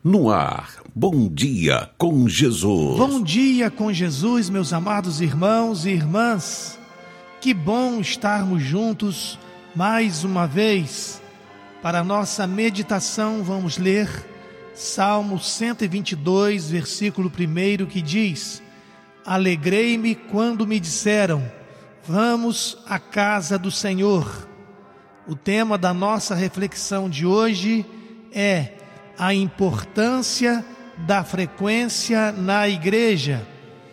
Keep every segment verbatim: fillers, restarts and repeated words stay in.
No ar, Bom Dia com Jesus. Bom dia com Jesus, meus amados irmãos e irmãs. Que bom estarmos juntos mais uma vez. Para a nossa meditação, vamos ler Salmo cento e vinte e dois, versículo primeiro, que diz: Alegrei-me quando me disseram, vamos à casa do Senhor. O tema da nossa reflexão de hoje é a importância da frequência na igreja.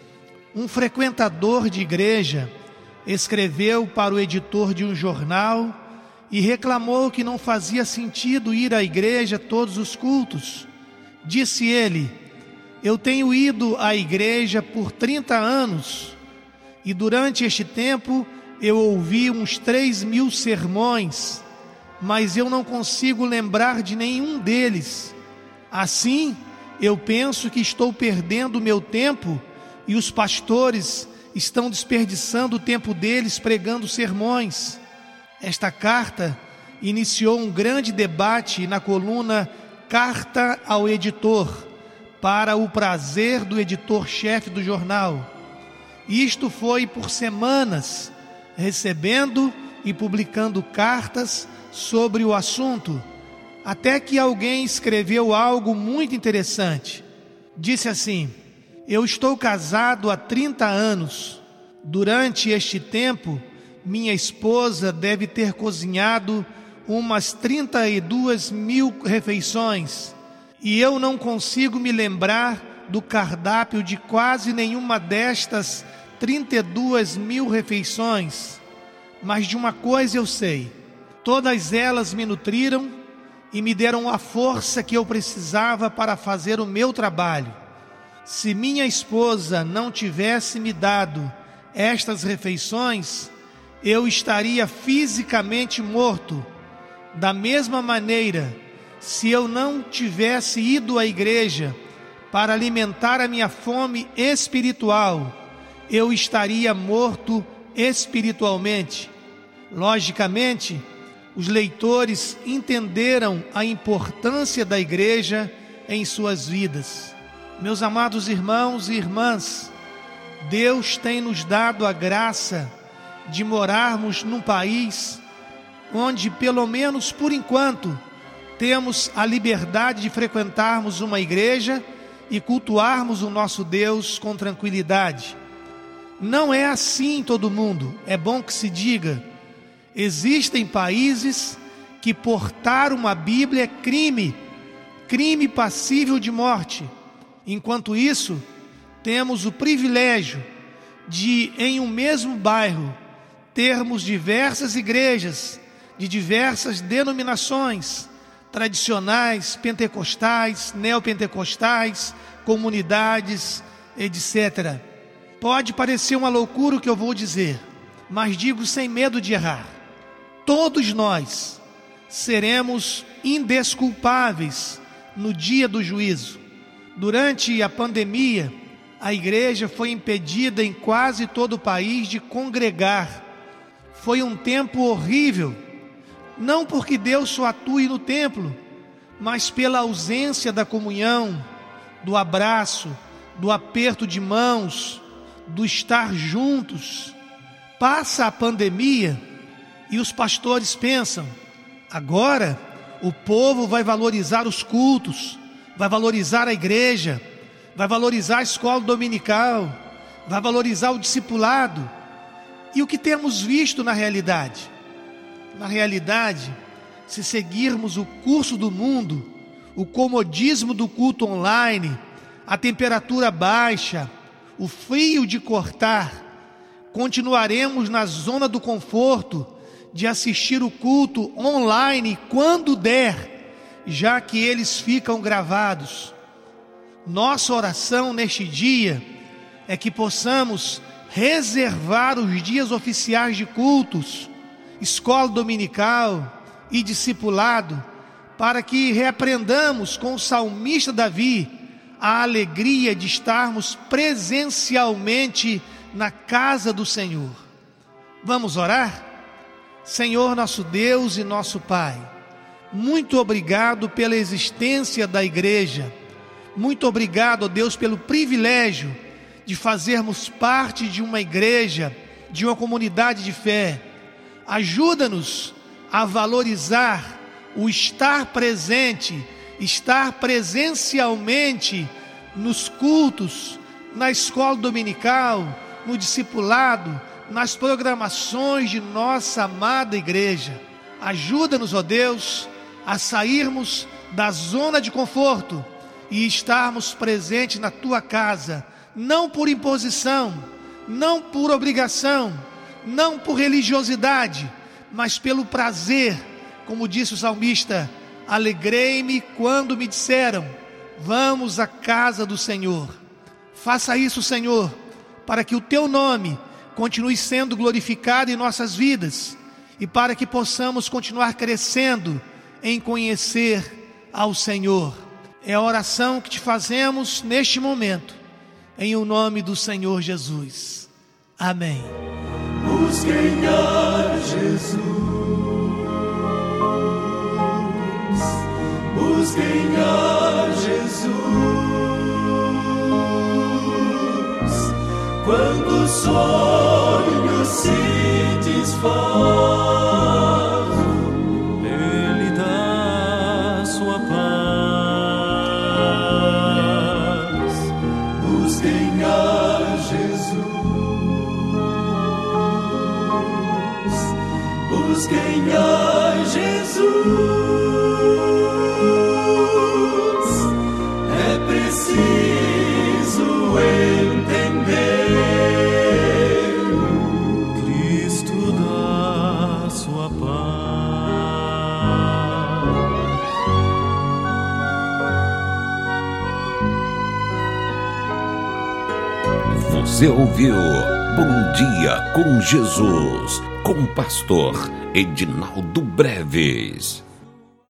Um frequentador de igreja escreveu para o editor de um jornal e reclamou que não fazia sentido ir à igreja todos os cultos. Disse ele: eu tenho ido à igreja por trinta anos e durante este tempo eu ouvi uns três mil sermões, mas eu não consigo lembrar de nenhum deles. Assim, eu penso que estou perdendo o meu tempo e os pastores estão desperdiçando o tempo deles pregando sermões. Esta carta iniciou um grande debate na coluna Carta ao Editor, para o prazer do editor-chefe do jornal. Isto foi por semanas, recebendo e publicando cartas sobre o assunto, até que alguém escreveu algo muito interessante. Disse assim: eu estou casado há trinta anos. Durante este tempo, minha esposa deve ter cozinhado umas trinta e duas mil refeições, e eu não consigo me lembrar do cardápio de quase nenhuma destas trinta e duas mil refeições. Mas de uma coisa eu sei: todas elas me nutriram e me deram a força que eu precisava para fazer o meu trabalho. Se minha esposa não tivesse me dado estas refeições, eu estaria fisicamente morto. Da mesma maneira, se eu não tivesse ido à igreja para alimentar a minha fome espiritual, eu estaria morto espiritualmente. Logicamente, os leitores entenderam a importância da igreja em suas vidas. Meus amados irmãos e irmãs, Deus tem nos dado a graça de morarmos num país onde, pelo menos por enquanto, temos a liberdade de frequentarmos uma igreja e cultuarmos o nosso Deus com tranquilidade. Não é assim em todo mundo, é bom que se diga. Existem países que portar uma Bíblia é crime, crime passível de morte. Enquanto isso, temos o privilégio de, em um mesmo bairro, termos diversas igrejas de diversas denominações, tradicionais, pentecostais, neopentecostais, comunidades, etcétera. Pode parecer uma loucura o que eu vou dizer, mas digo sem medo de errar. Todos nós seremos indesculpáveis no dia do juízo. Durante a pandemia, a igreja foi impedida em quase todo o país de congregar. Foi um tempo horrível, não porque Deus só atue no templo, mas pela ausência da comunhão, do abraço, do aperto de mãos, do estar juntos. Passa a pandemia e os pastores pensam: agora o povo vai valorizar os cultos, vai valorizar a igreja, vai valorizar a escola dominical, vai valorizar o discipulado. E o que temos visto na realidade? Na realidade, se seguirmos o curso do mundo, o comodismo do culto online, a temperatura baixa, o frio de cortar, continuaremos na zona do conforto de assistir o culto online quando der, já que eles ficam gravados. Nossa oração neste dia é que possamos reservar os dias oficiais de cultos, escola dominical e discipulado, para que reaprendamos com o salmista Davi a alegria de estarmos presencialmente na casa do Senhor. Vamos orar? Senhor nosso Deus e nosso Pai, muito obrigado pela existência da igreja. Muito obrigado, ó Deus, pelo privilégio de fazermos parte de uma igreja, de uma comunidade de fé. Ajuda-nos a valorizar o estar presente, estar presencialmente nos cultos, na escola dominical, no discipulado, nas programações de nossa amada igreja. Ajuda-nos, ó Deus, a sairmos da zona de conforto e estarmos presentes na Tua casa, não por imposição, não por obrigação, não por religiosidade, mas pelo prazer, como disse o salmista: alegrei-me quando me disseram, vamos à casa do Senhor. Faça isso, Senhor, para que o Teu nome continue sendo glorificado em nossas vidas e para que possamos continuar crescendo em conhecer ao Senhor. É a oração que te fazemos neste momento, em o nome do Senhor Jesus. Amém. Busquem a Jesus, busquem a Jesus, quando o sonho se desfaz, Ele dá sua paz. Busquem a Jesus, busquem a Jesus. É preciso entender, Cristo dá sua paz. Você ouviu Bom Dia com Jesus, com o pastor Edinaldo Breves.